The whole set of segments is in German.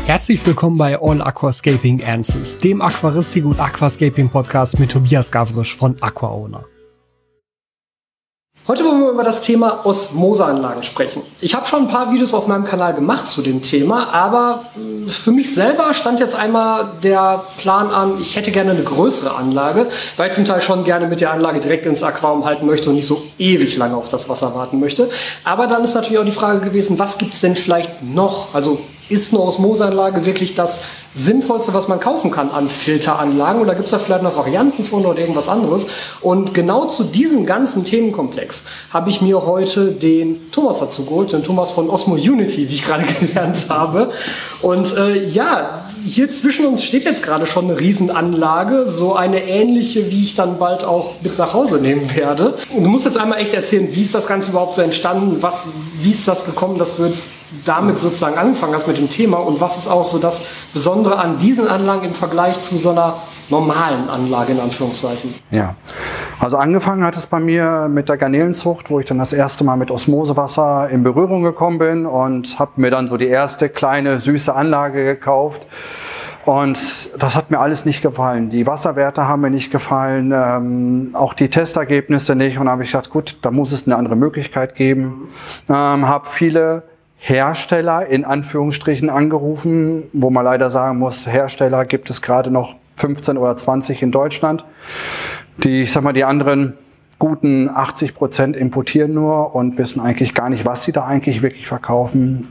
Herzlich willkommen bei All Aquascaping Answers, dem Aquaristik- und Aquascaping-Podcast mit Tobias Gavrisch von AquaOwner. Heute wollen wir über das Thema Osmoseanlagen sprechen. Ich habe schon ein paar Videos auf meinem Kanal gemacht zu dem Thema, aber für mich selber stand jetzt einmal der Plan an, ich hätte gerne eine größere Anlage, weil ich zum Teil schon gerne mit der Anlage direkt ins Aquarium halten möchte und nicht so ewig lange auf das Wasser warten möchte. Aber dann ist natürlich auch die Frage gewesen, was gibt es denn vielleicht noch? Also ist eine Osmoseanlage wirklich das Sinnvollste, was man kaufen kann an Filteranlagen? Oder gibt es da vielleicht noch Varianten von oder irgendwas anderes? Und genau zu diesem ganzen Themenkomplex habe ich mir heute den Thomas dazu geholt, den Thomas von Osmo Unity, wie ich gerade gelernt habe. Und hier zwischen uns steht jetzt gerade schon eine Riesenanlage, so eine ähnliche, wie ich dann bald auch mit nach Hause nehmen werde. Und du musst jetzt einmal echt erzählen, wie ist das Ganze überhaupt so entstanden? Wie ist das gekommen, dass du jetzt damit sozusagen angefangen hast mit dem Thema? Und was ist auch so das Besondere an diesen Anlagen im Vergleich zu so einer normalen Anlage in Anführungszeichen? Ja, also angefangen hat es bei mir mit der Garnelenzucht, wo ich dann das erste Mal mit Osmosewasser in Berührung gekommen bin und habe mir dann so die erste kleine süße Anlage gekauft. Und das hat mir alles nicht gefallen. Die Wasserwerte haben mir nicht gefallen, auch die Testergebnisse nicht. Und da habe ich gedacht, gut, da muss es eine andere Möglichkeit geben. Habe viele Hersteller in Anführungsstrichen angerufen, wo man leider sagen muss, Hersteller gibt es gerade noch 15 oder 20 in Deutschland. Die anderen guten 80% importieren nur und wissen eigentlich gar nicht, was sie da eigentlich wirklich verkaufen.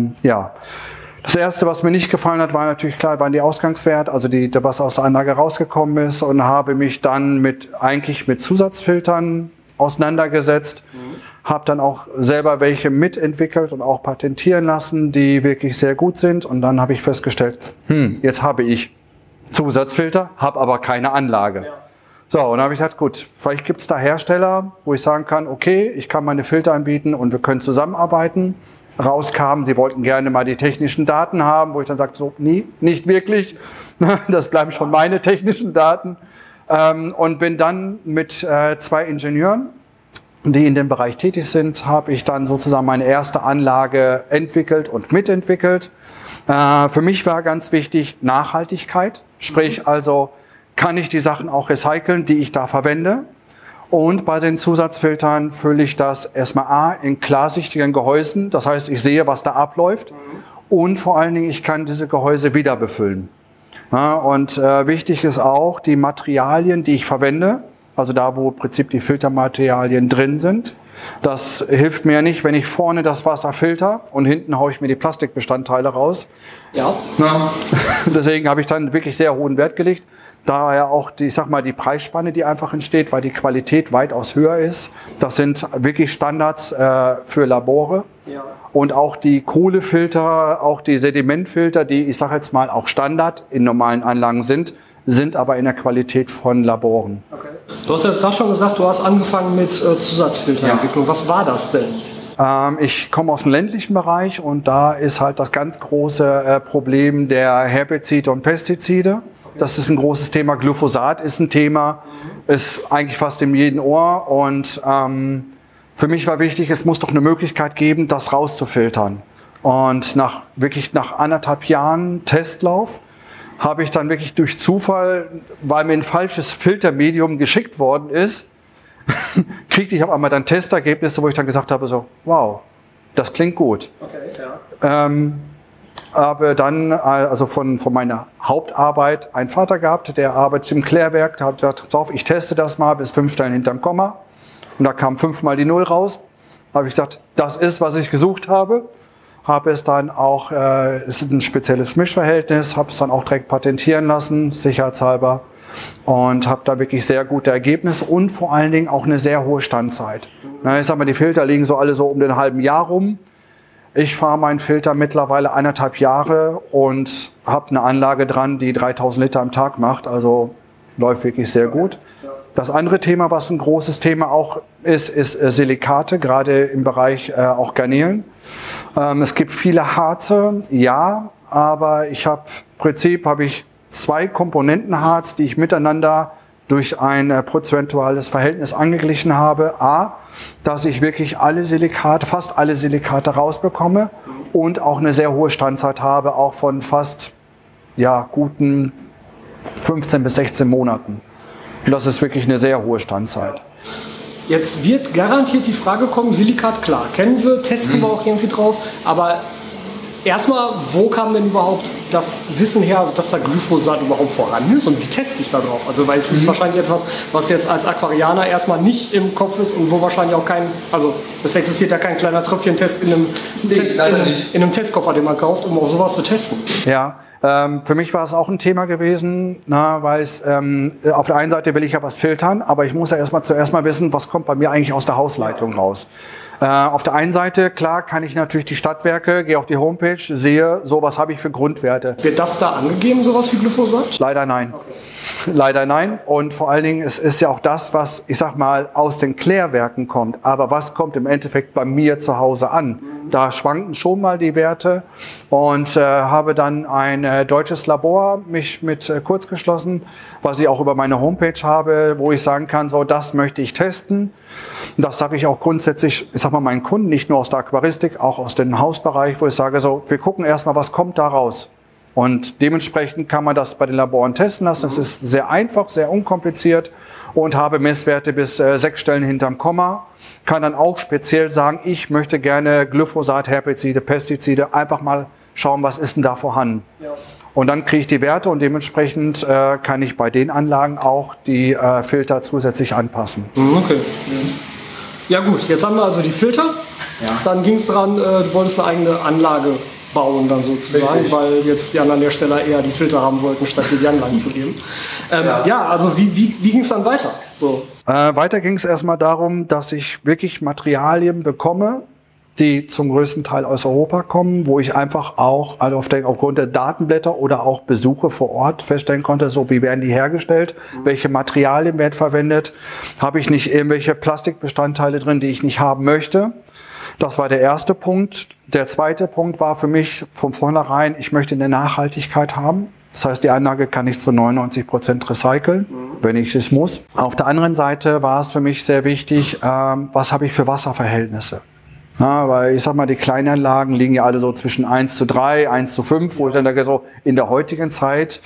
Das erste, was mir nicht gefallen hat, war natürlich klar, waren die Ausgangswerte, also was aus der Anlage rausgekommen ist, und habe mich dann mit Zusatzfiltern auseinandergesetzt. Habe dann auch selber welche mitentwickelt und auch patentieren lassen, die wirklich sehr gut sind. Und dann habe ich festgestellt, jetzt habe ich Zusatzfilter, habe aber keine Anlage. Ja. So, und dann habe ich gesagt, gut, vielleicht gibt es da Hersteller, wo ich sagen kann, okay, ich kann meine Filter anbieten und wir können zusammenarbeiten. Rauskam, sie wollten gerne mal die technischen Daten haben, wo ich dann sagte, so, nie, nicht wirklich. Das bleiben schon meine technischen Daten. Und bin dann mit 2 Ingenieuren, die in dem Bereich tätig sind, habe ich dann sozusagen meine erste Anlage entwickelt und mitentwickelt. Für mich war ganz wichtig Nachhaltigkeit, sprich also kann ich die Sachen auch recyceln, die ich da verwende. Und bei den Zusatzfiltern fülle ich das erstmal in klarsichtigen Gehäusen, das heißt, ich sehe, was da abläuft, und vor allen Dingen, ich kann diese Gehäuse wieder befüllen. Und wichtig ist auch die Materialien, die ich verwende, also da, wo im Prinzip die Filtermaterialien drin sind. Das hilft mir nicht, wenn ich vorne das Wasser filter und hinten haue ich mir die Plastikbestandteile raus. Ja. Deswegen habe ich dann wirklich sehr hohen Wert gelegt. Daher auch die Preisspanne, die einfach entsteht, weil die Qualität weitaus höher ist. Das sind wirklich Standards für Labore. Ja. Und auch die Kohlefilter, auch die Sedimentfilter, die, ich sage jetzt mal, auch Standard in normalen Anlagen sind aber in der Qualität von Laboren. Okay. Du hast jetzt gerade schon gesagt, du hast angefangen mit Zusatzfilterentwicklung. Ja. Was war das denn? Ich komme aus dem ländlichen Bereich und da ist halt das ganz große Problem der Herbizide und Pestizide. Das ist ein großes Thema. Glyphosat ist ein Thema, ist eigentlich fast in jedem Ohr. Und für mich war wichtig, es muss doch eine Möglichkeit geben, das rauszufiltern. Und nach 1,5 Jahren Testlauf habe ich dann wirklich durch Zufall, weil mir ein falsches Filtermedium geschickt worden ist, kriegte ich auf einmal dann Testergebnisse, wo ich dann gesagt habe, so, wow, das klingt gut. Okay, ja. Habe dann also von meiner Hauptarbeit einen Vater gehabt, der arbeitet im Klärwerk. Da habe ich gesagt, pass auf, ich teste das mal bis 5 Stellen hinterm Komma. Und da kam 5-mal die 0 raus. Da habe ich gesagt, das ist, was ich gesucht habe. Habe es dann auch, es ist ein spezielles Mischverhältnis, habe es dann auch direkt patentieren lassen, sicherheitshalber. Und habe da wirklich sehr gute Ergebnisse und vor allen Dingen auch eine sehr hohe Standzeit. Ich sag mal, die Filter liegen alle so um den halben Jahr rum. Ich fahre meinen Filter mittlerweile 1,5 Jahre und habe eine Anlage dran, die 3000 Liter am Tag macht. Also läuft wirklich sehr gut. Das andere Thema, was ein großes Thema auch ist Silikate, gerade im Bereich auch Garnelen. Es gibt viele Harze, ja, aber im Prinzip habe ich 2 Komponentenharz, die ich miteinander durch ein prozentuales Verhältnis angeglichen habe. A, dass ich wirklich fast alle Silikate rausbekomme und auch eine sehr hohe Standzeit habe, auch von fast guten 15 bis 16 Monaten. Und das ist wirklich eine sehr hohe Standzeit. Jetzt wird garantiert die Frage kommen, Silikat, klar, kennen wir, testen wir auch irgendwie drauf, aber erstmal, wo kam denn überhaupt das Wissen her, dass da Glyphosat überhaupt vorhanden ist und wie teste ich da drauf? Also, weil es ist wahrscheinlich etwas, was jetzt als Aquarianer erstmal nicht im Kopf ist und wo wahrscheinlich auch es existiert ja kein kleiner Tröpfchentest in einem Testkoffer, den man kauft, um auch sowas zu testen. Ja. Für mich war es auch ein Thema gewesen, weil es auf der einen Seite will ich ja was filtern, aber ich muss ja zuerst mal wissen, was kommt bei mir eigentlich aus der Hausleitung raus. Auf der einen Seite, klar, kann ich natürlich die Stadtwerke, gehe auf die Homepage, sehe, so was habe ich für Grundwerte. Wird das da angegeben, sowas wie Glyphosat? Leider nein. Okay. Leider nein. Und vor allen Dingen, es ist ja auch das, was, ich sag mal, aus den Klärwerken kommt. Aber was kommt im Endeffekt bei mir zu Hause an? Da schwanken schon mal die Werte und habe dann ein deutsches Labor mich mit kurz geschlossen, was ich auch über meine Homepage habe, wo ich sagen kann, so, das möchte ich testen. Das sage ich auch grundsätzlich, ich sag mal, meinen Kunden, nicht nur aus der Aquaristik, auch aus dem Hausbereich, wo ich sage, so, wir gucken erstmal, was kommt da raus. Und dementsprechend kann man das bei den Laboren testen lassen. Das ist sehr einfach, sehr unkompliziert und habe Messwerte bis 6 Stellen hinterm Komma. Kann dann auch speziell sagen, ich möchte gerne Glyphosat, Herbizide, Pestizide, einfach mal schauen, was ist denn da vorhanden. Ja. Und dann kriege ich die Werte und dementsprechend kann ich bei den Anlagen auch die Filter zusätzlich anpassen. Okay. Ja gut, jetzt haben wir also die Filter. Ja. Dann ging es daran, du wolltest eine eigene Anlage bauen dann sozusagen, richtig, weil jetzt die anderen Hersteller eher die Filter haben wollten, statt die Anlagen zu geben. Also wie ging es dann weiter? So. Weiter ging es erstmal darum, dass ich wirklich Materialien bekomme, die zum größten Teil aus Europa kommen, wo ich einfach auch aufgrund der Datenblätter oder auch Besuche vor Ort feststellen konnte, so wie werden die hergestellt, welche Materialien werden verwendet, habe ich nicht irgendwelche Plastikbestandteile drin, die ich nicht haben möchte. Das war der erste Punkt. Der zweite Punkt war für mich von vornherein, ich möchte eine Nachhaltigkeit haben. Das heißt, die Anlage kann ich zu 99% recyceln, wenn ich es muss. Auf der anderen Seite war es für mich sehr wichtig, was habe ich für Wasserverhältnisse. Ja, weil ich sag mal, die Kleinanlagen liegen ja alle so zwischen 1:3, 1:5, wo ich dann denke, so in der heutigen Zeit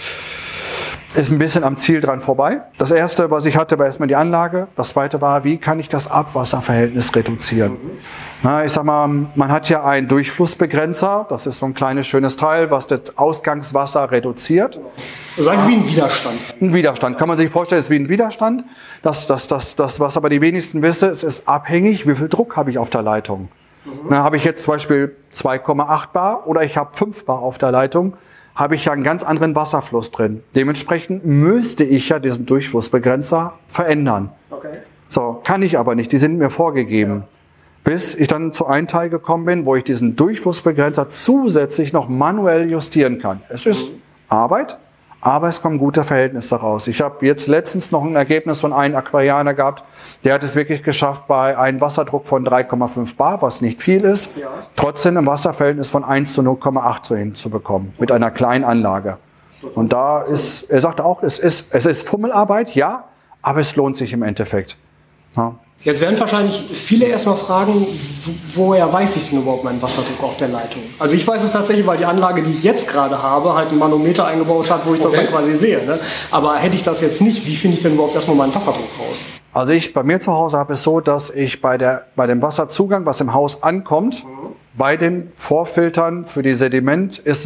ist ein bisschen am Ziel dran vorbei. Das erste, was ich hatte, war erstmal die Anlage. Das zweite war, wie kann ich das Abwasserverhältnis reduzieren? Na, ich sag mal, man hat ja einen Durchflussbegrenzer. Das ist so ein kleines, schönes Teil, was das Ausgangswasser reduziert. Sagen wie ein Widerstand. Ein Widerstand. Kann man sich vorstellen, ist wie ein Widerstand. Das, was aber die wenigsten wissen, es ist abhängig, wie viel Druck habe ich auf der Leitung. Na, habe ich jetzt zum Beispiel 2,8 Bar oder ich habe 5 Bar auf der Leitung, habe ich ja einen ganz anderen Wasserfluss drin. Dementsprechend müsste ich ja diesen Durchflussbegrenzer verändern. Okay. So, kann ich aber nicht, die sind mir vorgegeben. Ja. Bis ich dann zu einem Teil gekommen bin, wo ich diesen Durchflussbegrenzer zusätzlich noch manuell justieren kann. Es ist Arbeit, aber es kommen gute Verhältnisse raus. Ich habe jetzt letztens noch ein Ergebnis von einem Aquarianer gehabt, der hat es wirklich geschafft, bei einem Wasserdruck von 3,5 Bar, was nicht viel ist, trotzdem ein Wasserverhältnis von 1:0,8 hinzubekommen, mit einer kleinen Anlage. Und da ist, er sagte auch, es ist Fummelarbeit, ja, aber es lohnt sich im Endeffekt. Ja. Jetzt werden wahrscheinlich viele erstmal fragen, woher weiß ich denn überhaupt meinen Wasserdruck auf der Leitung? Also ich weiß es tatsächlich, weil die Anlage, die ich jetzt gerade habe, halt einen Manometer eingebaut hat, wo ich das dann quasi sehe. Ne? Aber hätte ich das jetzt nicht, wie finde ich denn überhaupt erstmal meinen Wasserdruck raus? Also bei mir zu Hause habe es so, dass ich bei dem Wasserzugang, was im Haus ankommt, bei den Vorfiltern für die Sediment ist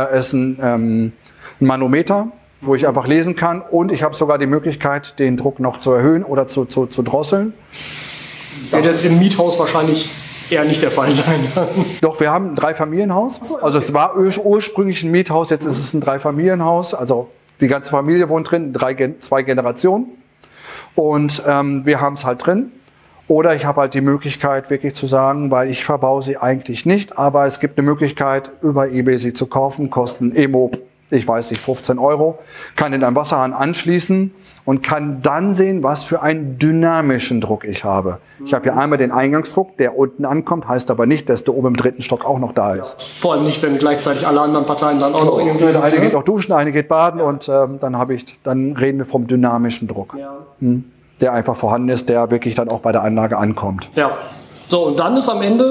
ein Manometer, wo ich einfach lesen kann, und ich habe sogar die Möglichkeit, den Druck noch zu erhöhen oder zu drosseln. Wird jetzt im Miethaus wahrscheinlich eher nicht der Fall sein. Doch, wir haben ein Dreifamilienhaus. So, okay. Also es war ursprünglich ein Miethaus, jetzt ist es ein Dreifamilienhaus. Also die ganze Familie wohnt drin, 2 Generationen. Und wir haben es halt drin. Oder ich habe halt die Möglichkeit, wirklich zu sagen, weil ich verbaue sie eigentlich nicht, aber es gibt eine Möglichkeit, über eBay sie zu kaufen, kosten Emo, ich weiß nicht, 15 €, kann in einen Wasserhahn anschließen und kann dann sehen, was für einen dynamischen Druck ich habe. Ich habe hier einmal den Eingangsdruck, der unten ankommt, heißt aber nicht, dass der oben im 3. Stock auch noch da ist. Vor allem nicht, wenn gleichzeitig alle anderen Parteien dann auch noch irgendwie... Der eine geht auch duschen, eine geht baden und dann reden wir vom dynamischen Druck, der einfach vorhanden ist, der wirklich dann auch bei der Anlage ankommt. Ja, so, und dann ist am Ende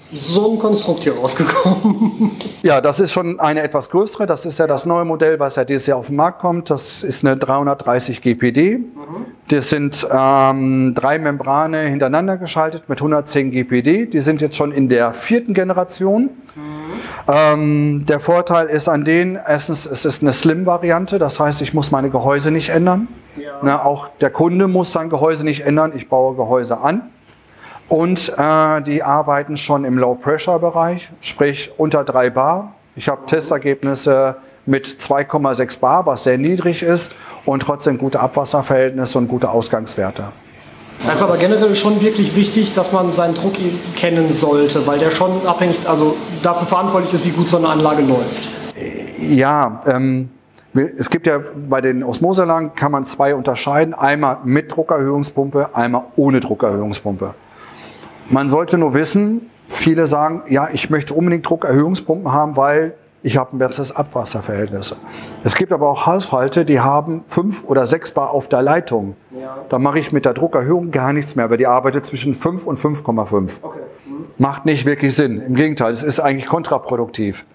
so ein Konstrukt hier rausgekommen. Ja, das ist schon eine etwas größere. Das ist ja das neue Modell, was ja dieses Jahr auf den Markt kommt. Das ist eine 330 GPD. Das sind 3 Membrane hintereinander geschaltet mit 110 GPD. Die sind jetzt schon in der 4. Generation. Der Vorteil ist an denen, erstens, es ist eine Slim-Variante. Das heißt, ich muss meine Gehäuse nicht ändern. Ja. Na, auch der Kunde muss sein Gehäuse nicht ändern. Ich baue Gehäuse an. Und die arbeiten schon im Low-Pressure-Bereich, sprich unter 3 Bar. Ich habe Testergebnisse mit 2,6 Bar, was sehr niedrig ist und trotzdem gute Abwasserverhältnisse und gute Ausgangswerte. Das ist aber generell schon wirklich wichtig, dass man seinen Druck kennen sollte, weil der schon abhängig, also dafür verantwortlich ist, wie gut so eine Anlage läuft. Ja, es gibt ja bei den Osmoseanlagen kann man 2 unterscheiden, einmal mit Druckerhöhungspumpe, einmal ohne Druckerhöhungspumpe. Man sollte nur wissen, viele sagen, ja, ich möchte unbedingt Druckerhöhungspumpen haben, weil ich habe ein besseres Abwasserverhältnis. Es gibt aber auch Haushalte, die haben 5 oder 6 Bar auf der Leitung. Ja. Da mache ich mit der Druckerhöhung gar nichts mehr, weil die arbeitet zwischen 5 und 5,5. Okay. Macht nicht wirklich Sinn. Im Gegenteil, es ist eigentlich kontraproduktiv.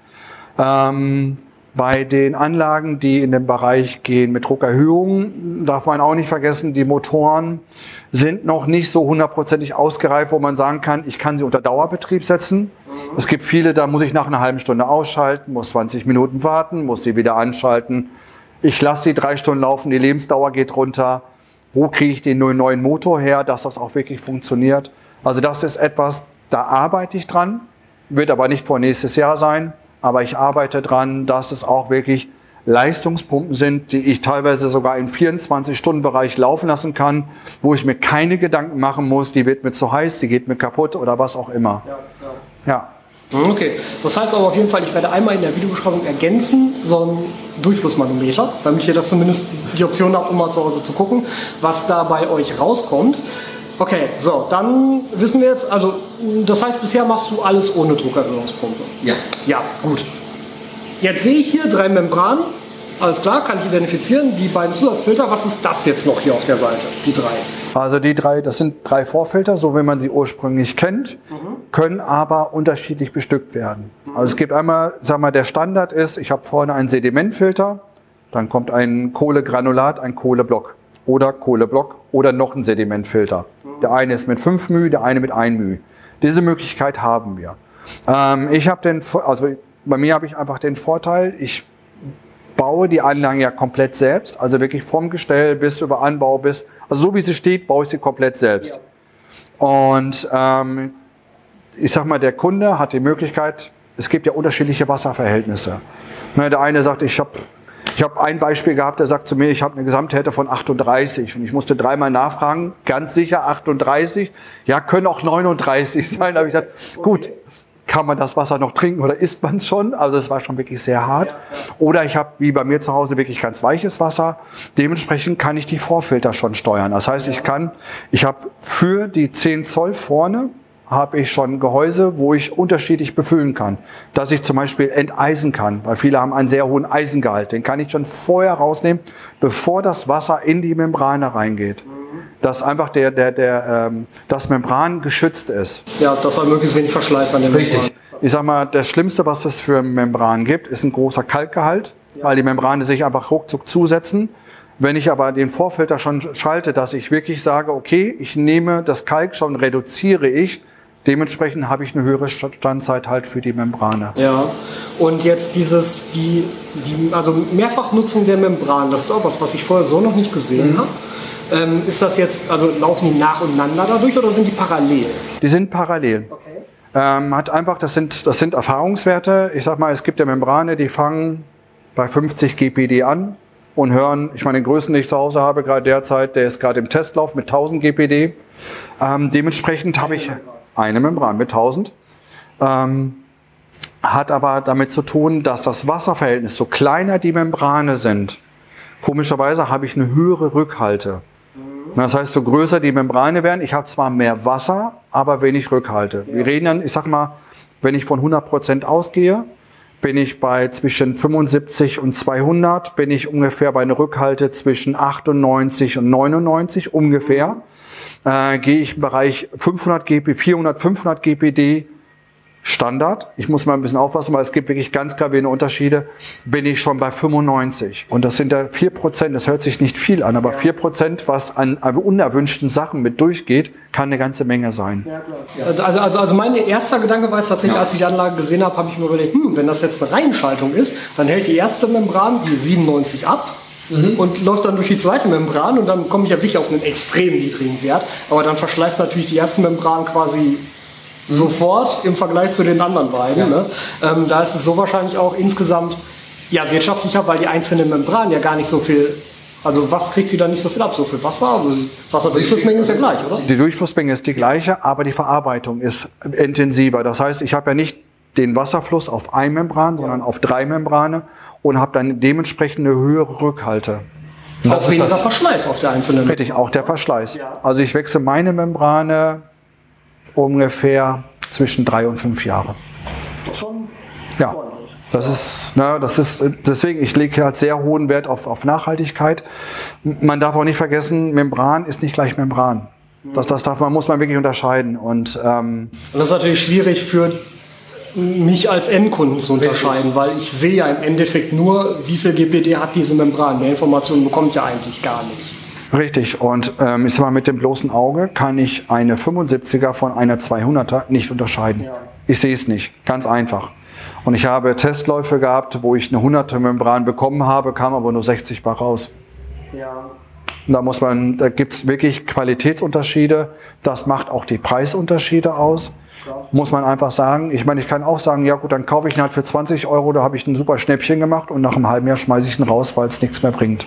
Bei den Anlagen, die in den Bereich gehen mit Druckerhöhung, darf man auch nicht vergessen, die Motoren sind noch nicht so hundertprozentig ausgereift, wo man sagen kann, ich kann sie unter Dauerbetrieb setzen. Es gibt viele, da muss ich nach einer halben Stunde ausschalten, muss 20 Minuten warten, muss die wieder anschalten. Ich lasse die 3 Stunden laufen, die Lebensdauer geht runter. Wo kriege ich den neuen Motor her, dass das auch wirklich funktioniert? Also das ist etwas, da arbeite ich dran, wird aber nicht vor nächstes Jahr sein. Aber ich arbeite dran, dass es auch wirklich Leistungspumpen sind, die ich teilweise sogar im 24-Stunden-Bereich laufen lassen kann, wo ich mir keine Gedanken machen muss, die wird mir zu heiß, die geht mir kaputt oder was auch immer. Ja. Okay, das heißt aber auf jeden Fall, ich werde einmal in der Videobeschreibung ergänzen, so ein Durchflussmanometer, damit ihr das zumindest die Option habt, um mal zu Hause zu gucken, was da bei euch rauskommt. Okay, so, dann wissen wir jetzt, also das heißt, bisher machst du alles ohne Druckerhöhungspumpe. Ja. Ja, gut. Jetzt sehe ich hier 3 Membranen, alles klar, kann ich identifizieren, die beiden Zusatzfilter. Was ist das jetzt noch hier auf der Seite, die 3? Also die 3, das sind 3 Vorfilter, so wie man sie ursprünglich kennt, können aber unterschiedlich bestückt werden. Also es gibt einmal, sagen wir, der Standard ist, ich habe vorne einen Sedimentfilter, dann kommt ein Kohlegranulat, ein Kohleblock oder Kohleblock oder noch ein Sedimentfilter. Der eine ist mit 5 μ, der eine mit 1 μ. Diese Möglichkeit haben wir. Bei mir habe ich einfach den Vorteil, ich baue die Anlagen ja komplett selbst, also wirklich vom Gestell bis über Anbau bis, also so wie sie steht, baue ich sie komplett selbst. Ja. Und ich sag mal, der Kunde hat die Möglichkeit, es gibt ja unterschiedliche Wasserverhältnisse. Der eine sagt, ich habe ein Beispiel gehabt, der sagt zu mir, ich habe eine Gesamthärte von 38 und ich musste 3-mal nachfragen, ganz sicher 38, ja, können auch 39 sein. Da habe ich gesagt, gut, kann man das Wasser noch trinken oder isst man es schon? Also es war schon wirklich sehr hart. Oder ich habe, wie bei mir zu Hause, wirklich ganz weiches Wasser. Dementsprechend kann ich die Vorfilter schon steuern. Das heißt, ich habe für die 10 Zoll vorne, habe ich schon Gehäuse, wo ich unterschiedlich befüllen kann. Dass ich zum Beispiel enteisen kann, weil viele haben einen sehr hohen Eisengehalt. Den kann ich schon vorher rausnehmen, bevor das Wasser in die Membrane reingeht. Dass einfach das Membran geschützt ist. Ja, dass er möglichst wenig Verschleiß an der Membran. Richtig. Ich sag mal, das Schlimmste, was es für Membran gibt, ist ein großer Kalkgehalt, weil die Membrane sich einfach ruckzuck zusetzen. Wenn ich aber den Vorfilter schon schalte, dass ich wirklich sage, okay, ich nehme das Kalk schon, reduziere ich, dementsprechend habe ich eine höhere Standzeit halt für die Membrane. Ja, und jetzt also Mehrfachnutzung der Membran, das ist auch was ich vorher so noch nicht gesehen habe. Ist das jetzt, also laufen die nacheinander dadurch oder sind die parallel? Die sind parallel. Okay. Das sind Erfahrungswerte. Ich sag mal, es gibt ja Membrane, die fangen bei 50 GPD an und hören, ich meine, den größten, den ich zu Hause habe, gerade derzeit, der ist gerade im Testlauf mit 1000 GPD. Dementsprechend habe ich eine Membran mit 1000. Hat aber damit zu tun, dass das Wasserverhältnis, so kleiner die Membrane sind, komischerweise habe ich eine höhere Rückhalte. Das heißt, so größer die Membrane werden, ich habe zwar mehr Wasser, aber wenig Rückhalte. Wir reden dann, ich sag mal, wenn ich von 100% ausgehe, bin ich bei zwischen 75 und 200, bin ich ungefähr bei einer Rückhalte zwischen 98 und 99 ungefähr. Gehe ich im Bereich 400, 500 GPD, Standard, ich muss mal ein bisschen aufpassen, weil es gibt wirklich ganz gravierende Unterschiede, bin ich schon bei 95. Und das sind ja 4%, das hört sich nicht viel an, aber 4%, was an unerwünschten Sachen mit durchgeht, kann eine ganze Menge sein. Ja, klar. Also mein erster Gedanke war jetzt tatsächlich, als ich die Anlage gesehen habe, habe ich mir überlegt, wenn das jetzt eine Reihenschaltung ist, dann hält die erste Membran die 97 ab. Und läuft dann durch die zweite Membran und dann komme ich ja wirklich auf einen extrem niedrigen Wert. Aber dann verschleißt natürlich die erste Membran quasi sofort im Vergleich zu den anderen beiden. Ne? Da ist es so wahrscheinlich auch insgesamt wirtschaftlicher, weil die einzelnen Membranen ja gar nicht so viel, also was kriegt sie da nicht so viel ab? So viel Wasser? Wasserdurchflussmenge ist ja gleich, oder? Die Durchflussmenge ist die gleiche, aber die Verarbeitung ist intensiver. Das heißt, ich habe ja nicht den Wasserfluss auf eine Membran, sondern auf 3 Membrane. Und habe dann dementsprechend eine höhere Rückhalte. Auch weniger Verschleiß auf der einzelnen Membran. Richtig, auch der Verschleiß. Ja. Also ich wechsle meine Membrane ungefähr zwischen 3 und 5 Jahre. Schon? Ja, das ist, deswegen, ich lege halt sehr hohen Wert auf Nachhaltigkeit. Man darf auch nicht vergessen, Membran ist nicht gleich Membran. Muss man wirklich unterscheiden. Und das ist natürlich schwierig für mich als Endkunden zu unterscheiden, weil ich sehe ja im Endeffekt nur, wie viel GPD hat diese Membran. Mehr Informationen bekomme ich ja eigentlich gar nicht. Richtig, und ich sag mal, mit dem bloßen Auge kann ich eine 75er von einer 200er nicht unterscheiden. Ja. Ich sehe es nicht, ganz einfach. Und ich habe Testläufe gehabt, wo ich eine 100er Membran bekommen habe, kam aber nur 60 Bar raus. Ja. Da gibt es wirklich Qualitätsunterschiede, das macht auch die Preisunterschiede aus. Muss man einfach sagen. Ich meine, ich kann auch sagen, ja gut, dann kaufe ich ihn halt für 20 Euro, da habe ich ein super Schnäppchen gemacht und nach einem halben Jahr schmeiße ich ihn raus, weil es nichts mehr bringt.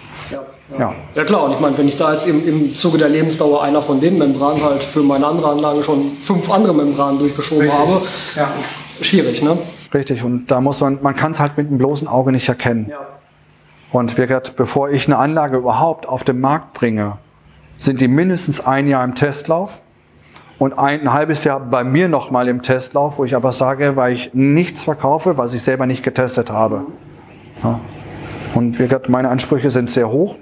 Ja klar, und ich meine, wenn ich da jetzt im Zuge der Lebensdauer einer von den Membranen halt für meine andere Anlage schon 5 andere Membranen durchgeschoben habe, schwierig, ne? Richtig, und da muss man kann es halt mit dem bloßen Auge nicht erkennen. Ja. Und wie gesagt, bevor ich eine Anlage überhaupt auf den Markt bringe, sind die mindestens ein Jahr im Testlauf. Und ein halbes Jahr bei mir nochmal im Testlauf, wo ich aber sage, weil ich nichts verkaufe, was ich selber nicht getestet habe. Ja. Und wie gesagt, meine Ansprüche sind sehr hoch.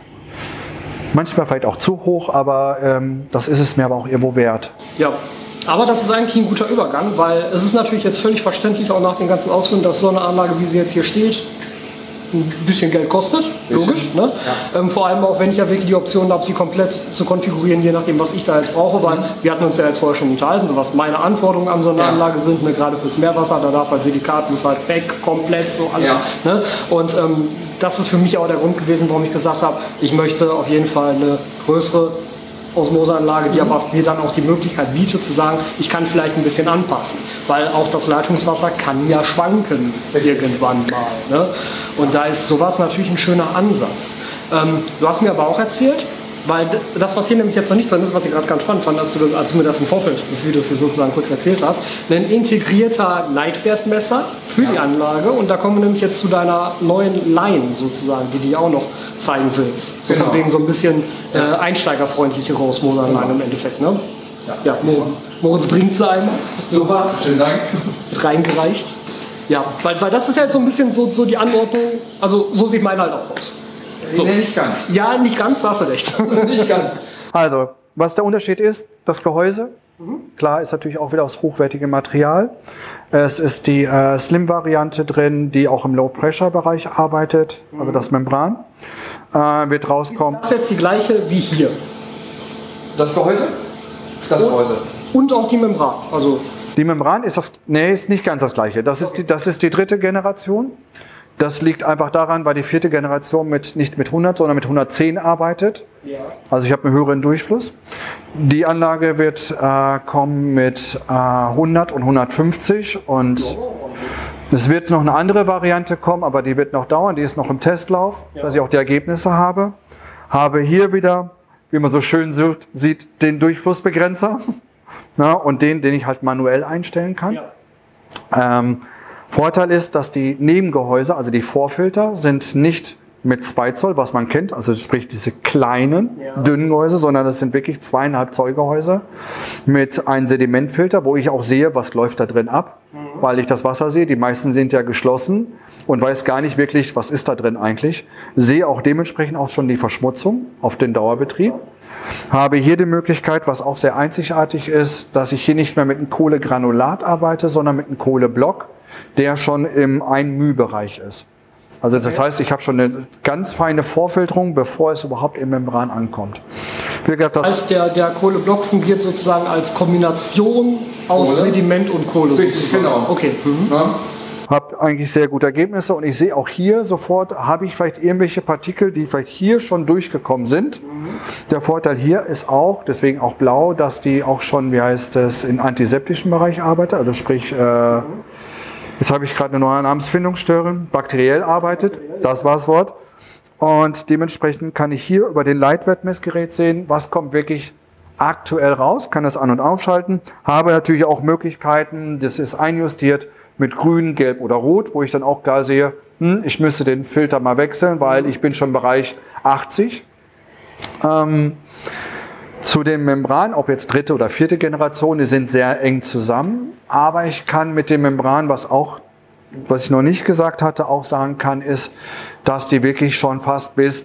Manchmal vielleicht auch zu hoch, aber das ist es mir aber auch irgendwo wert. Ja, aber das ist eigentlich ein guter Übergang, weil es ist natürlich jetzt völlig verständlich, auch nach den ganzen Ausführungen, dass so eine Anlage, wie sie jetzt hier steht, ein bisschen Geld kostet, logisch. Ne? Ja. Vor allem auch, wenn ich ja wirklich die Option habe, sie komplett zu konfigurieren, je nachdem, was ich da jetzt brauche, weil wir hatten uns ja jetzt vorher schon unterhalten, so was meine Anforderungen an so eine Anlage sind, ne? Gerade fürs Meerwasser, da darf halt Silikat, muss halt weg, komplett so alles. Ja. Ne? Und das ist für mich auch der Grund gewesen, warum ich gesagt habe, ich möchte auf jeden Fall eine größere Osmoseanlage, die aber mir dann auch die Möglichkeit bietet, zu sagen, ich kann vielleicht ein bisschen anpassen, weil auch das Leitungswasser kann ja schwanken irgendwann mal. Ne? Und da ist sowas natürlich ein schöner Ansatz. Du hast mir aber auch erzählt, weil das, was hier nämlich jetzt noch nicht drin ist, was ich gerade ganz spannend fand, als du mir das im Vorfeld des Videos hier sozusagen kurz erzählt hast, ein integrierter Leitwertmesser für die Anlage. Und da kommen wir nämlich jetzt zu deiner neuen Line sozusagen, die du auch noch zeigen willst. So von wegen so ein bisschen einsteigerfreundlichere Osmoseanlage im Endeffekt. Ne? Ja, Moritz bringt sie einmal. Super, vielen Dank. Mit reingereicht. Ja, weil das ist ja jetzt so ein bisschen so die Anordnung, also so sieht meine halt auch aus. So. Nee, nicht ganz. Ja, nicht ganz, da hast du recht. Nicht ganz. Also, was der Unterschied ist, das Gehäuse, klar, ist natürlich auch wieder aus hochwertigem Material. Es ist die Slim-Variante drin, die auch im Low-Pressure-Bereich arbeitet, also das Membran. Wird rauskommen. Ist das jetzt die gleiche wie hier? Das Gehäuse? Das Gehäuse. Und auch die Membran, also... Die Membran ist ist nicht ganz das gleiche. Das ist die dritte Generation. Das liegt einfach daran, weil die vierte Generation nicht mit 100, sondern mit 110 arbeitet. Ja. Also ich habe einen höheren Durchfluss. Die Anlage wird kommen mit 100 und 150 und es wird noch eine andere Variante kommen, aber die wird noch dauern. Die ist noch im Testlauf, dass ich auch die Ergebnisse habe. Habe hier wieder, wie man so schön sieht, den Durchflussbegrenzer und den ich halt manuell einstellen kann. Ja. Vorteil ist, dass die Nebengehäuse, also die Vorfilter, sind nicht mit 2 Zoll, was man kennt, also sprich diese kleinen, dünnen Gehäuse, sondern das sind wirklich 2,5 Zoll Gehäuse mit einem Sedimentfilter, wo ich auch sehe, was läuft da drin ab, weil ich das Wasser sehe. Die meisten sind ja geschlossen und weiß gar nicht wirklich, was ist da drin eigentlich. Sehe auch dementsprechend auch schon die Verschmutzung auf den Dauerbetrieb. Habe hier die Möglichkeit, was auch sehr einzigartig ist, dass ich hier nicht mehr mit einem Kohlegranulat arbeite, sondern mit einem Kohleblock, der schon im 1 μ-Bereich ist. Also das heißt, ich habe schon eine ganz feine Vorfilterung, bevor es überhaupt in Membran ankommt. Das heißt, der Kohleblock fungiert sozusagen als Kombination aus Sediment und Kohle. Richtig, genau. Okay. Ja. Habe eigentlich sehr gute Ergebnisse und ich sehe auch hier sofort, habe ich vielleicht irgendwelche Partikel, die vielleicht hier schon durchgekommen sind. Der Vorteil hier ist auch, deswegen auch blau, dass die auch schon, wie heißt es, im antiseptischen Bereich arbeitet, also sprich, jetzt habe ich gerade eine neue Namensfindungsstörung, bakteriell arbeitet, das war das Wort. Und dementsprechend kann ich hier über den Leitwertmessgerät sehen, was kommt wirklich aktuell raus, kann das an- und aufschalten, habe natürlich auch Möglichkeiten, das ist einjustiert mit grün, gelb oder rot, wo ich dann auch klar sehe, ich müsste den Filter mal wechseln, weil ich bin schon im Bereich 80. Zu den Membranen, ob jetzt 3. oder 4. Generation, die sind sehr eng zusammen, aber ich kann mit den Membranen, was ich noch nicht gesagt hatte, auch sagen kann, ist, dass die wirklich schon fast bis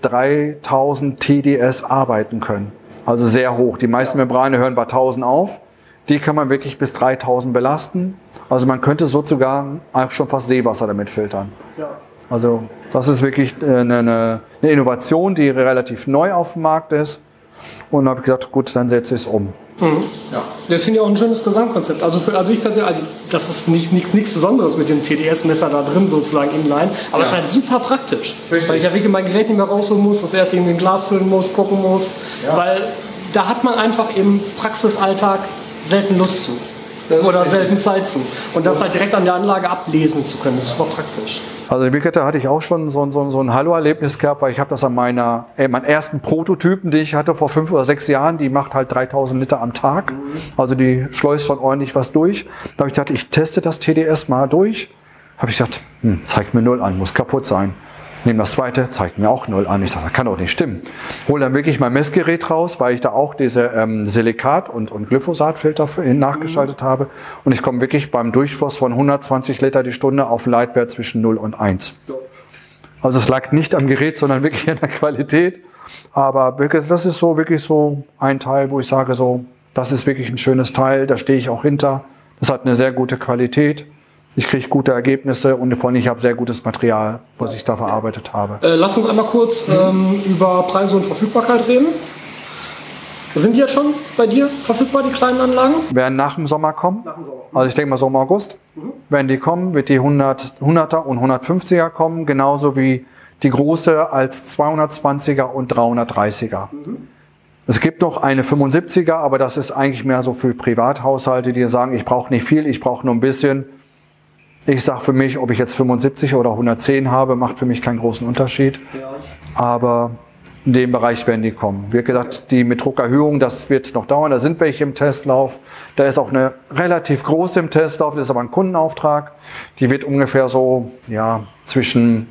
3000 TDS arbeiten können. Also sehr hoch. Die meisten Membrane hören bei 1000 auf. Die kann man wirklich bis 3000 belasten. Also man könnte sozusagen auch schon fast Seewasser damit filtern. Ja. Also das ist wirklich eine Innovation, die relativ neu auf dem Markt ist. Und da habe ich gedacht, gut, dann setze ich es um. Mhm. Ja. Das finde ich auch ein schönes Gesamtkonzept. Also ich persönlich, das ist nichts Besonderes mit dem TDS-Messer da drin sozusagen inline, aber es ist halt super praktisch. Richtig. Weil ich ja wirklich mein Gerät nicht mehr rausholen muss, das erst irgendwie ein Glas füllen muss, gucken muss, weil da hat man einfach im Praxisalltag selten Lust zu. Oder selten Zeit zu. Und das halt direkt an der Anlage ablesen zu können, das ist super praktisch. Also in Wirklichkeit hatte ich auch schon so ein Hallo-Erlebnis gehabt, weil ich habe das an meinen ersten Prototypen, die ich hatte vor 5 oder 6 Jahren, die macht halt 3000 Liter am Tag. Also die schleust schon ordentlich was durch. Da habe ich gedacht, ich teste das TDS mal durch. Habe ich gedacht, zeigt mir 0 an, muss kaputt sein. Nehme das zweite, zeigt mir auch 0 an. Ich sage, das kann doch nicht stimmen. Hole dann wirklich mein Messgerät raus, weil ich da auch diese Silikat- und Glyphosatfilter nachgeschaltet habe. Und ich komme wirklich beim Durchfluss von 120 Liter die Stunde auf einen Leitwert zwischen 0 und 1. Also es lag nicht am Gerät, sondern wirklich an der Qualität. Aber wirklich, das ist so wirklich so ein Teil, wo ich sage, so, das ist wirklich ein schönes Teil, da stehe ich auch hinter. Das hat eine sehr gute Qualität. Ich kriege gute Ergebnisse und vor allem ich habe sehr gutes Material, was ich da verarbeitet habe. Lass uns einmal kurz über Preise und Verfügbarkeit reden. Sind die jetzt schon bei dir verfügbar, die kleinen Anlagen? Werden nach dem Sommer kommen. Also ich denke mal so im August. Wenn die kommen, wird die 100er und 150er kommen, genauso wie die große als 220er und 330er. Es gibt noch eine 75er, aber das ist eigentlich mehr so für Privathaushalte, die sagen, ich brauche nicht viel, ich brauche nur ein bisschen. Ich sage für mich, ob ich jetzt 75 oder 110 habe, macht für mich keinen großen Unterschied. Ja. Aber in dem Bereich werden die kommen. Wie gesagt, die mit Druckerhöhung, das wird noch dauern. Da sind welche im Testlauf. Da ist auch eine relativ große im Testlauf. Das ist aber ein Kundenauftrag. Die wird ungefähr so zwischen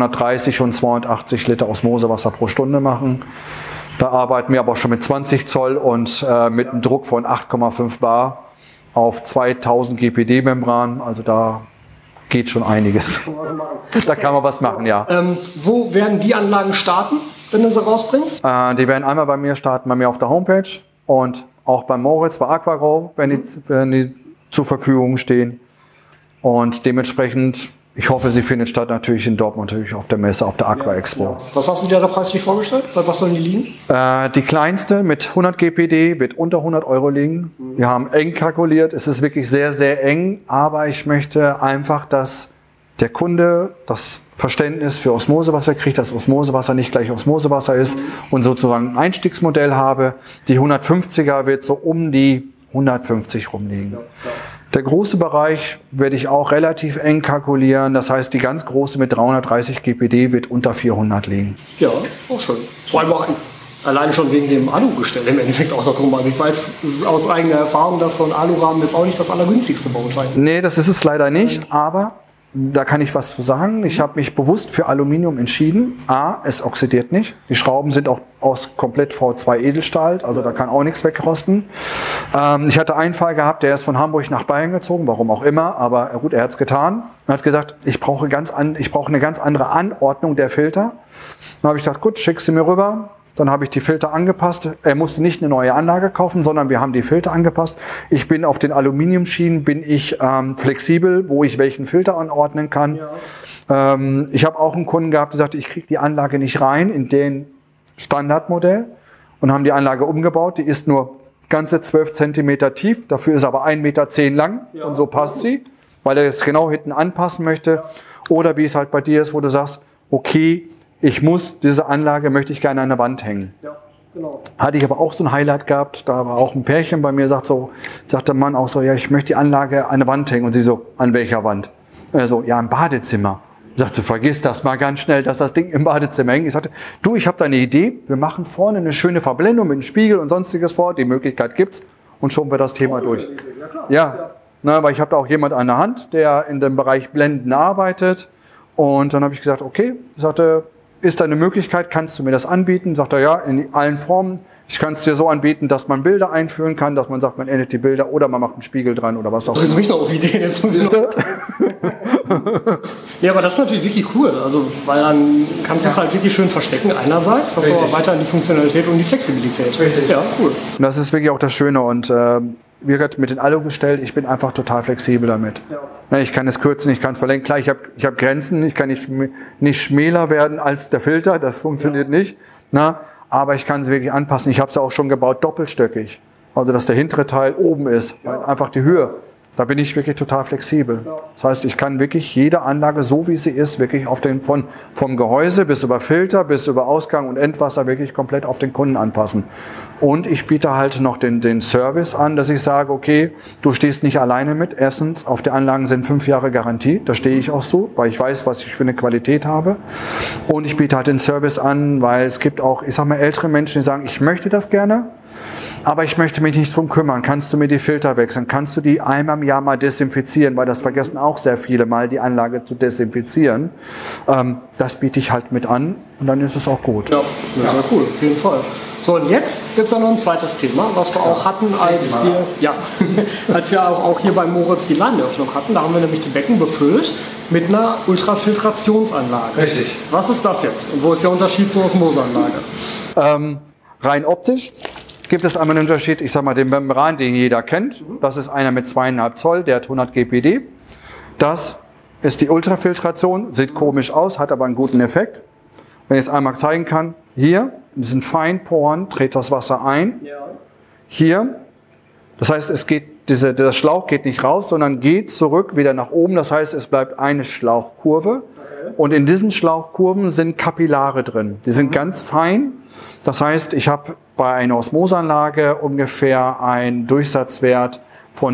230 und 280 Liter Osmosewasser pro Stunde machen. Da arbeiten wir aber schon mit 20 Zoll und mit einem Druck von 8,5 bar auf 2000 GPD-Membran. Also da geht schon einiges. Da kann man was machen, ja. Wo werden die Anlagen starten, wenn du sie rausbringst? Die werden einmal bei mir starten, bei mir auf der Homepage und auch bei Moritz, bei Aquagrow, wenn die zur Verfügung stehen. Und dementsprechend, ich hoffe, sie findet statt natürlich in Dortmund, natürlich auf der Messe, auf der Aqua Expo. Ja. Was hast du dir da preislich vorgestellt? Bei was sollen die liegen? Die kleinste mit 100 GPD wird unter 100 Euro liegen. Wir haben eng kalkuliert, es ist wirklich sehr, sehr eng, aber ich möchte einfach, dass der Kunde das Verständnis für Osmosewasser kriegt, dass Osmosewasser nicht gleich Osmosewasser ist und sozusagen ein Einstiegsmodell habe. Die 150er wird so um die 150 rumliegen. Der große Bereich werde ich auch relativ eng kalkulieren. Das heißt, die ganz große mit 330 GPD wird unter 400 liegen. Ja, auch schön. Vor allem auch alleine schon wegen dem Alugestell im Endeffekt auch darum. Also ich weiß aus eigener Erfahrung, dass so ein Alurahmen jetzt auch nicht das allergünstigste Bauteil ist. Nee, das ist es leider nicht, aber da kann ich was zu sagen. Ich habe mich bewusst für Aluminium entschieden. A, es oxidiert nicht. Die Schrauben sind auch aus komplett V2 Edelstahl, also da kann auch nichts wegrosten. Ich hatte einen Fall gehabt, der ist von Hamburg nach Bayern gezogen, warum auch immer, aber gut, er hat es getan und hat gesagt, ich brauche eine ganz andere Anordnung der Filter. Dann habe ich gesagt, gut, schick sie mir rüber. Dann habe ich die Filter angepasst. Er musste nicht eine neue Anlage kaufen, sondern wir haben die Filter angepasst. Ich bin auf den Aluminiumschienen flexibel, wo ich welchen Filter anordnen kann. Ja. Ich habe auch einen Kunden gehabt, der sagte, ich kriege die Anlage nicht rein in den Standardmodell und haben die Anlage umgebaut. Die ist nur ganze 12 cm tief, dafür ist aber 1,10 Meter lang und so passt sie, weil er es genau hinten anpassen möchte. Ja. Oder wie es halt bei dir ist, wo du sagst, okay, ich muss diese Anlage, möchte ich gerne an der Wand hängen. Ja, genau. Hatte ich aber auch so ein Highlight gehabt, da war auch ein Pärchen bei mir, sagt der Mann auch so, ja, ich möchte die Anlage an der Wand hängen. Und sie so, an welcher Wand? So, ja, im Badezimmer. Ich sagte, vergiss das mal ganz schnell, dass das Ding im Badezimmer hängt. Ich sagte, du, ich habe da eine Idee, wir machen vorne eine schöne Verblendung mit einem Spiegel und sonstiges vor, die Möglichkeit gibt's und schon wird das Thema durch. Ja, klar. Ja. Na, weil ich habe da auch jemand an der Hand, der in dem Bereich Blenden arbeitet. Und dann habe ich gesagt, okay, ich sagte, ist da eine Möglichkeit, kannst du mir das anbieten? Sagt er, ja, in allen Formen. Ich kann es dir so anbieten, dass man Bilder einführen kann, dass man sagt, man ändert die Bilder oder man macht einen Spiegel dran oder was auch immer. Das ist mich noch auf Ideen, jetzt muss ich noch. Ja, aber das ist natürlich wirklich cool. Also, weil dann kannst du es halt wirklich schön verstecken. Einerseits hast du aber weiterhin die Funktionalität und die Flexibilität. Richtig. Ja, cool. Und das ist wirklich auch das Schöne. Und wie gesagt, mit den Alugestell, ich bin einfach total flexibel damit. Ja. Ich kann es kürzen, ich kann es verlängern. Klar, ich hab Grenzen, ich kann nicht schmäler werden als der Filter, das funktioniert nicht. Na, aber ich kann es wirklich anpassen. Ich habe es auch schon gebaut, doppelstöckig. Also, dass der hintere Teil oben ist, weil einfach die Höhe. Da bin ich wirklich total flexibel. Ja. Das heißt, ich kann wirklich jede Anlage, so wie sie ist, wirklich vom Gehäuse bis über Filter, bis über Ausgang und Endwasser wirklich komplett auf den Kunden anpassen. Und ich biete halt noch den Service an, dass ich sage, okay, du stehst nicht alleine mit. Erstens, auf der Anlagen sind 5 Jahre Garantie. Da stehe ich auch so, weil ich weiß, was ich für eine Qualität habe. Und ich biete halt den Service an, weil es gibt auch, ich sag mal, ältere Menschen, die sagen, ich möchte das gerne, aber ich möchte mich nicht drum kümmern. Kannst du mir die Filter wechseln? Kannst du die einmal im Jahr mal desinfizieren? Weil das vergessen auch sehr viele mal, die Anlage zu desinfizieren. Das biete ich halt mit an und dann ist es auch gut. Ja, das ist ja cool, auf jeden Fall. So, und jetzt gibt es noch ein zweites Thema, was wir auch hatten, als wir auch hier bei Moritz die Ladeneröffnung hatten. Da haben wir nämlich die Becken befüllt mit einer Ultrafiltrationsanlage. Richtig. Was ist das jetzt? Und wo ist der Unterschied zur Osmoseanlage? Rein optisch gibt es einmal einen Unterschied, ich sag mal, den Membran, den jeder kennt. Das ist einer mit 2,5 Zoll, der hat 100 GPD. Das ist die Ultrafiltration, sieht komisch aus, hat aber einen guten Effekt. Wenn ich es einmal zeigen kann, hier, in diesen Feinporen dreht das Wasser ein. Ja. Hier, das heißt, der Schlauch geht nicht raus, sondern geht zurück wieder nach oben. Das heißt, es bleibt eine Schlauchkurve. Okay. Und in diesen Schlauchkurven sind Kapillare drin. Die sind ganz fein. Das heißt, ich habe bei einer Osmoseanlage ungefähr einen Durchsatzwert von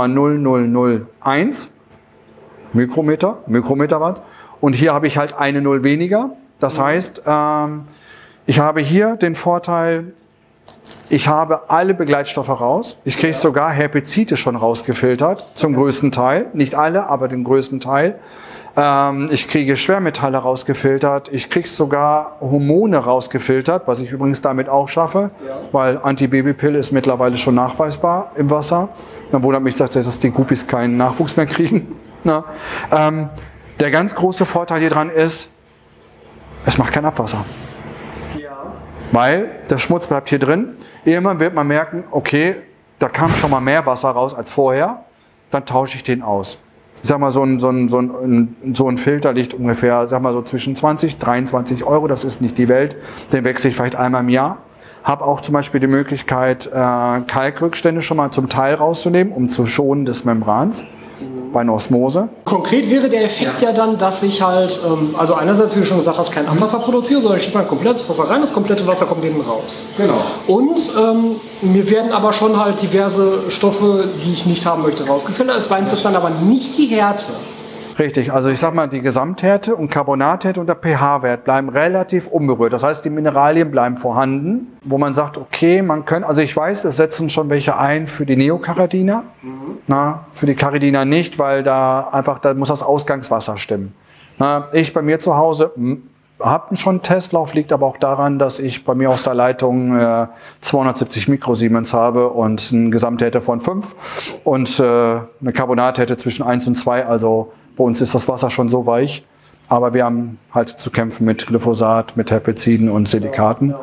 0,0001 Mikrometer war es. Und hier habe ich halt eine Null weniger. Das heißt, ich habe hier den Vorteil, ich habe alle Begleitstoffe raus. Ich kriege sogar Herbizide schon rausgefiltert, zum größten Teil. Nicht alle, aber den größten Teil. Ich kriege Schwermetalle rausgefiltert. Ich kriege sogar Hormone rausgefiltert, was ich übrigens damit auch schaffe, weil Antibabypille ist mittlerweile schon nachweisbar im Wasser. Dann wundert mich, dass die Guppies keinen Nachwuchs mehr kriegen. Na? Der ganz große Vorteil hier dran ist, es macht kein Abwasser. Ja. Weil der Schmutz bleibt hier drin. Irgendwann wird man merken, okay, da kam schon mal mehr Wasser raus als vorher. Dann tausche ich den aus. Ich sag mal, so ein Filter liegt ungefähr, sag mal so zwischen 20, 23 Euro. Das ist nicht die Welt. Den wechsle ich vielleicht einmal im Jahr. Habe auch zum Beispiel die Möglichkeit, Kalkrückstände schon mal zum Teil rauszunehmen, um zu schonen des Membrans. Bei einer Osmose. Konkret wäre der Effekt ja dann, dass ich halt, also einerseits, wie du schon gesagt hast, kein Abwasser produziere, sondern ich schiebe mein komplettes Wasser rein, das komplette Wasser kommt hinten raus. Genau. Und mir werden aber schon halt diverse Stoffe, die ich nicht haben möchte, rausgefiltert. Es beeinflusst dann aber nicht die Härte. Richtig, also ich sag mal, die Gesamthärte und Carbonathärte und der pH-Wert bleiben relativ unberührt. Das heißt, die Mineralien bleiben vorhanden, wo man sagt, okay, man kann, also ich weiß, es setzen schon welche ein für die Neocaridina, für die Caridina nicht, weil da muss das Ausgangswasser stimmen. Ich bei mir zu Hause habe schon einen Testlauf, liegt aber auch daran, dass ich bei mir aus der Leitung 270 Mikrosiemens habe und eine Gesamthärte von 5 und eine Carbonathärte zwischen 1 und 2, also bei uns ist das Wasser schon so weich, Aber wir haben halt zu kämpfen mit Glyphosat, mit Herbiziden und Silikaten.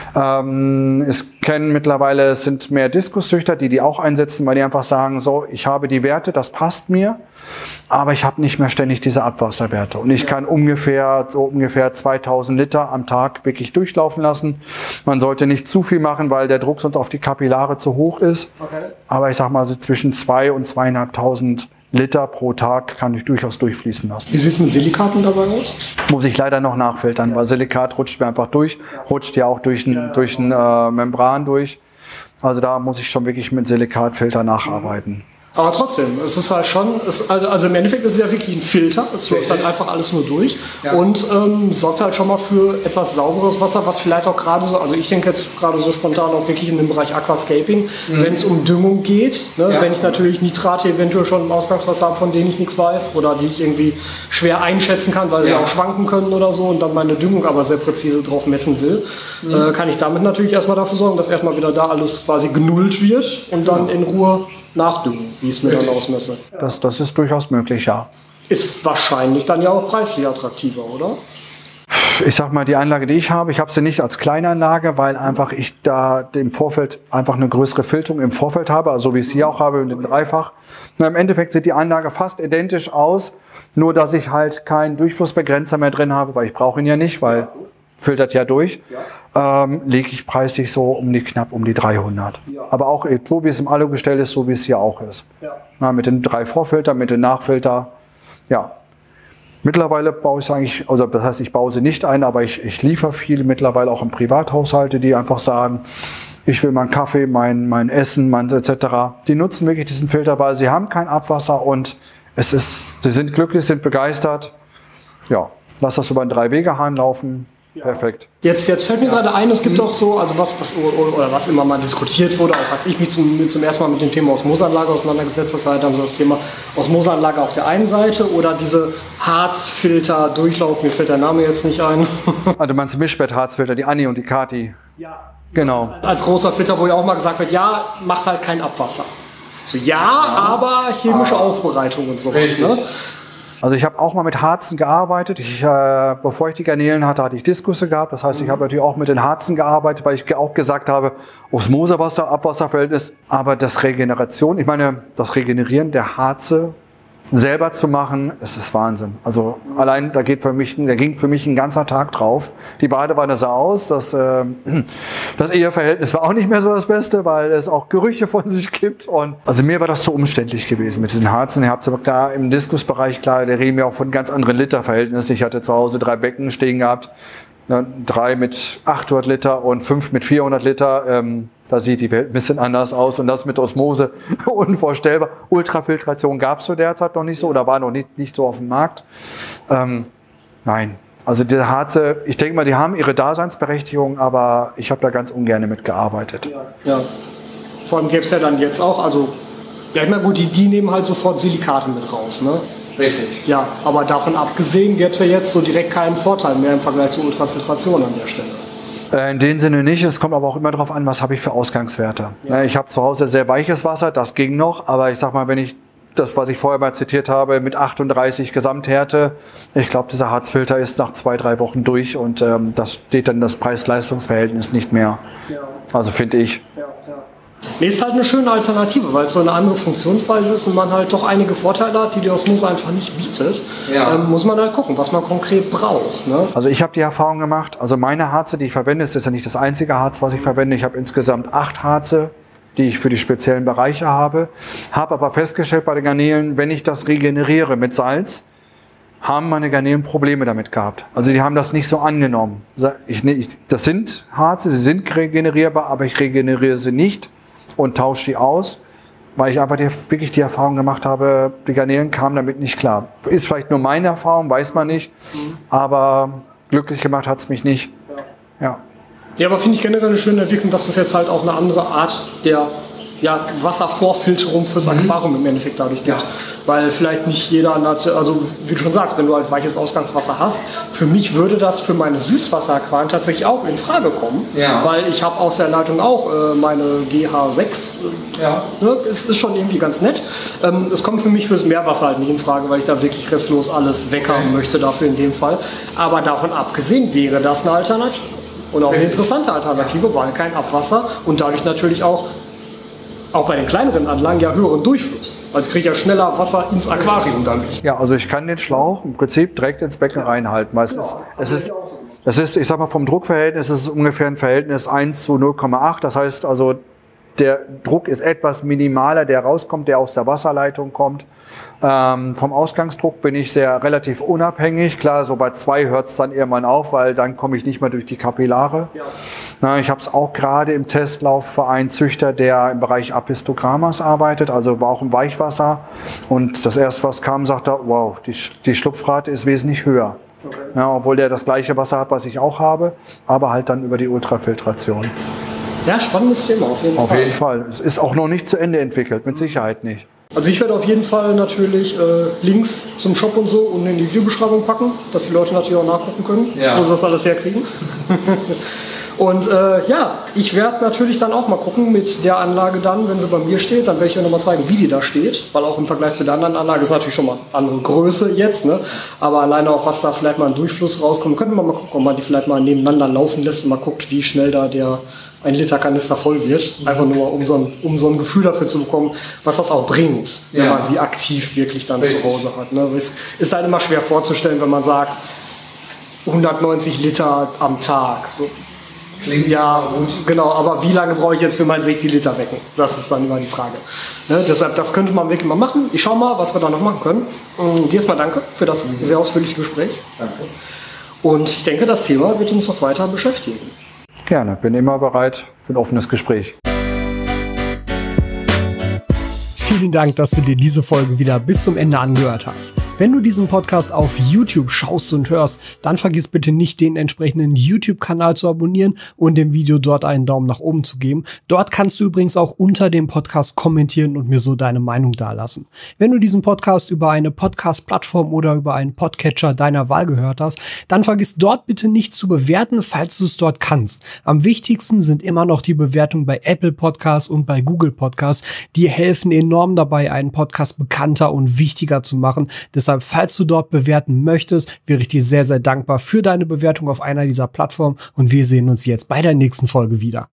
Es sind mehr Diskuszüchter, die auch einsetzen, weil die einfach sagen, so, ich habe die Werte, das passt mir, aber ich habe nicht mehr ständig diese Abwasserwerte. Und ich kann ungefähr 2000 Liter am Tag wirklich durchlaufen lassen. Man sollte nicht zu viel machen, weil der Druck sonst auf die Kapillare zu hoch ist. Okay. Aber ich sag mal, so zwischen 2.000 und 2.500 Liter pro Tag kann ich durchaus durchfließen lassen. Wie sieht es mit Silikaten dabei aus? Muss ich leider noch nachfiltern, weil Silikat rutscht mir einfach durch, rutscht ja auch durch ein Membran durch. Also da muss ich schon wirklich mit Silikatfilter nacharbeiten. Aber trotzdem, es ist halt schon, also im Endeffekt ist es ja wirklich ein Filter, es läuft halt einfach alles nur durch und sorgt halt schon mal für etwas sauberes Wasser, was vielleicht auch gerade so, also ich denke jetzt gerade so spontan auch wirklich in dem Bereich Aquascaping, wenn es um Düngung geht, ne, wenn ich natürlich Nitrate eventuell schon im Ausgangswasser habe, von denen ich nichts weiß oder die ich irgendwie schwer einschätzen kann, weil sie auch schwanken können oder so und dann meine Düngung aber sehr präzise drauf messen will, kann ich damit natürlich erstmal dafür sorgen, dass erstmal wieder da alles quasi genullt wird und dann in Ruhe nachdüngen, wie ich es mir dann ausmesse. Das ist durchaus möglich, ja. Ist wahrscheinlich dann ja auch preislich attraktiver, oder? Ich sag mal, die Anlage, die ich habe sie nicht als Kleinanlage, weil einfach ich da im Vorfeld einfach eine größere Filterung im Vorfeld habe, also so wie ich es hier auch habe, mit dem Dreifach. Und im Endeffekt sieht die Anlage fast identisch aus, nur dass ich halt keinen Durchflussbegrenzer mehr drin habe, weil ich brauche ihn ja nicht, weil filtert ja durch, lege ich preislich so knapp um die 300. Ja. Aber auch so wie es im Alugestell ist, so wie es hier auch ist. Ja. Na, mit den 3 Vorfiltern, mit den Nachfilter, ja. Mittlerweile baue ich es eigentlich, also das heißt, ich baue sie nicht ein, aber ich liefere viel mittlerweile auch in Privathaushalte, die einfach sagen, ich will meinen Kaffee, mein Essen, mein etc. Die nutzen wirklich diesen Filter, weil sie haben kein Abwasser und sie sind glücklich, sind begeistert. Ja, lass das über einen 3-Wege-Hahn laufen. Ja. Perfekt. Jetzt fällt mir gerade ein, es gibt auch so, also was immer mal diskutiert wurde, auch als ich mich zum ersten Mal mit dem Thema Osmoseanlage auseinandergesetzt habe, war dann so das Thema Osmoseanlage auf der einen Seite oder diese Harzfilter-Durchlauf, mir fällt der Name jetzt nicht ein. Also du meinst Mischbett-Harzfilter, die Anni und die Kati. Ja. Genau. Als großer Filter, wo ja auch mal gesagt wird, ja, macht halt kein Abwasser. So, aber chemische Aufbereitung und sowas, ne? Also ich habe auch mal mit Harzen gearbeitet. Bevor ich die Garnelen hatte, hatte ich Diskusse gehabt. Das heißt, ich habe natürlich auch mit den Harzen gearbeitet, weil ich auch gesagt habe, Osmosewasser, Abwasserverhältnis. Aber das Regenerieren der Harze selber zu machen, ist Wahnsinn. Also allein da ging für mich ein ganzer Tag drauf. Die Badewanne sah aus, das Eheverhältnis war auch nicht mehr so das Beste, weil es auch Gerüche von sich gibt. Und also mir war das zu umständlich gewesen mit diesen Harzen. Ihr habt aber klar im Diskusbereich, klar, da reden wir auch von ganz anderen Literverhältnissen. Ich hatte zu Hause 3 Becken stehen gehabt, 3 mit 800 Liter und 5 mit 400 Liter. Da sieht die Welt ein bisschen anders aus und das mit Osmose unvorstellbar. Ultrafiltration gab es zu der Zeit noch nicht so oder war noch nicht so auf dem Markt. Nein, also diese Harze, ich denke mal, die haben ihre Daseinsberechtigung, aber ich habe da ganz ungern mitgearbeitet. Ja. Vor allem gäbe es ja dann jetzt auch, also ja, immer gut, die nehmen halt sofort Silikate mit raus, ne? Richtig. Ja, aber davon abgesehen gäbe es ja jetzt so direkt keinen Vorteil mehr im Vergleich zur Ultrafiltration an der Stelle. In dem Sinne nicht, es kommt aber auch immer darauf an, was habe ich für Ausgangswerte. Ja. Ich habe zu Hause sehr weiches Wasser, das ging noch, aber ich sag mal, wenn ich das, was ich vorher mal zitiert habe, mit 38 Gesamthärte, ich glaube, dieser Harzfilter ist nach 2-3 Wochen durch und das steht dann das Preis-Leistungs-Verhältnis nicht mehr. Ja. Also finde ich. Ja. Nee, ist halt eine schöne Alternative, weil es so eine andere Funktionsweise ist und man halt doch einige Vorteile hat, die die Osmose einfach nicht bietet. Ja. Muss man halt gucken, was man konkret braucht. Ne? Also ich habe die Erfahrung gemacht, also meine Harze, die ich verwende, ist ja nicht das einzige Harz, was ich verwende. Ich habe insgesamt 8 Harze, die ich für die speziellen Bereiche habe. Habe aber festgestellt bei den Garnelen, wenn ich das regeneriere mit Salz, haben meine Garnelen Probleme damit gehabt. Also die haben das nicht so angenommen. Das sind Harze, sie sind regenerierbar, aber ich regeneriere sie nicht und tausche die aus, weil ich einfach wirklich die Erfahrung gemacht habe, die Garnelen kamen damit nicht klar. Ist vielleicht nur meine Erfahrung, weiß man nicht, aber glücklich gemacht hat es mich nicht. Ja, aber finde ich generell eine schöne Entwicklung, dass es jetzt halt auch eine andere Art der Wasservorfilterung fürs Aquarium im Endeffekt dadurch gibt. Ja. Weil vielleicht nicht jeder, also wie du schon sagst, wenn du halt weiches Ausgangswasser hast, für mich würde das für meine Süßwasseraquarien tatsächlich auch in Frage kommen, weil ich habe aus der Leitung auch meine GH6, ne, ist schon irgendwie ganz nett. Es kommt für mich fürs Meerwasser halt nicht in Frage, weil ich da wirklich restlos alles weghaben möchte dafür in dem Fall. Aber davon abgesehen wäre das eine Alternative. Und auch eine interessante Alternative, weil kein Abwasser und dadurch natürlich auch bei den kleineren Anlagen höheren Durchfluss. Also kriege ich ja schneller Wasser ins Aquarium damit. Ja, also ich kann den Schlauch im Prinzip direkt ins Becken reinhalten. Weil es ist, ich sag mal, vom Druckverhältnis ist es ungefähr ein Verhältnis 1 zu 0,8. Das heißt also, der Druck ist etwas minimaler, der rauskommt, der aus der Wasserleitung kommt. Vom Ausgangsdruck bin ich relativ unabhängig. Klar, so bei 2 hört es dann irgendwann auf, weil dann komme ich nicht mehr durch die Kapillare. Ja. Na, ich habe es auch gerade im Testlauf für einen Züchter, der im Bereich Apistogrammas arbeitet, also auch im Weichwasser. Und das erste, was kam, sagte er, wow, die Schlupfrate ist wesentlich höher. Okay. Ja, obwohl der das gleiche Wasser hat, was ich auch habe, aber halt dann über die Ultrafiltration. Ja, spannendes Thema auf jeden Fall. Auf jeden Fall. Es ist auch noch nicht zu Ende entwickelt, mit Sicherheit nicht. Also ich werde auf jeden Fall natürlich Links zum Shop und so und in die Videobeschreibung packen, dass die Leute natürlich auch nachgucken können, wo sie das alles herkriegen. Und ich werde natürlich dann auch mal gucken mit der Anlage dann, wenn sie bei mir steht, dann werde ich euch nochmal zeigen, wie die da steht, weil auch im Vergleich zu der anderen Anlage ist natürlich schon mal eine andere Größe jetzt, ne? Aber alleine auch, was da vielleicht mal ein Durchfluss rauskommt, könnten wir mal gucken, ob man die vielleicht mal nebeneinander laufen lässt und mal guckt, wie schnell da der 1 Liter Kanister voll wird. Einfach nur, um so ein Gefühl dafür zu bekommen, was das auch bringt, wenn man sie aktiv wirklich dann zu Hause hat. Ne? Es ist halt immer schwer vorzustellen, wenn man sagt, 190 Liter am Tag. So. Klingt gut. Genau, aber wie lange brauche ich jetzt für mein 60 Liter Becken? Das ist dann immer die Frage. Ne? Deshalb, das könnte man wirklich mal machen. Ich schaue mal, was wir da noch machen können. Dir erstmal danke für das sehr ausführliche Gespräch. Danke. Und ich denke, das Thema wird uns noch weiter beschäftigen. Gerne, bin immer bereit für ein offenes Gespräch. Vielen Dank, dass du dir diese Folge wieder bis zum Ende angehört hast. Wenn du diesen Podcast auf YouTube schaust und hörst, dann vergiss bitte nicht, den entsprechenden YouTube-Kanal zu abonnieren und dem Video dort einen Daumen nach oben zu geben. Dort kannst du übrigens auch unter dem Podcast kommentieren und mir so deine Meinung dalassen. Wenn du diesen Podcast über eine Podcast-Plattform oder über einen Podcatcher deiner Wahl gehört hast, dann vergiss dort bitte nicht zu bewerten, falls du es dort kannst. Am wichtigsten sind immer noch die Bewertungen bei Apple Podcasts und bei Google Podcasts. Die helfen enorm dabei, einen Podcast bekannter und wichtiger zu machen. Deshalb, falls du dort bewerten möchtest, wäre ich dir sehr, sehr dankbar für deine Bewertung auf einer dieser Plattformen und wir sehen uns jetzt bei der nächsten Folge wieder.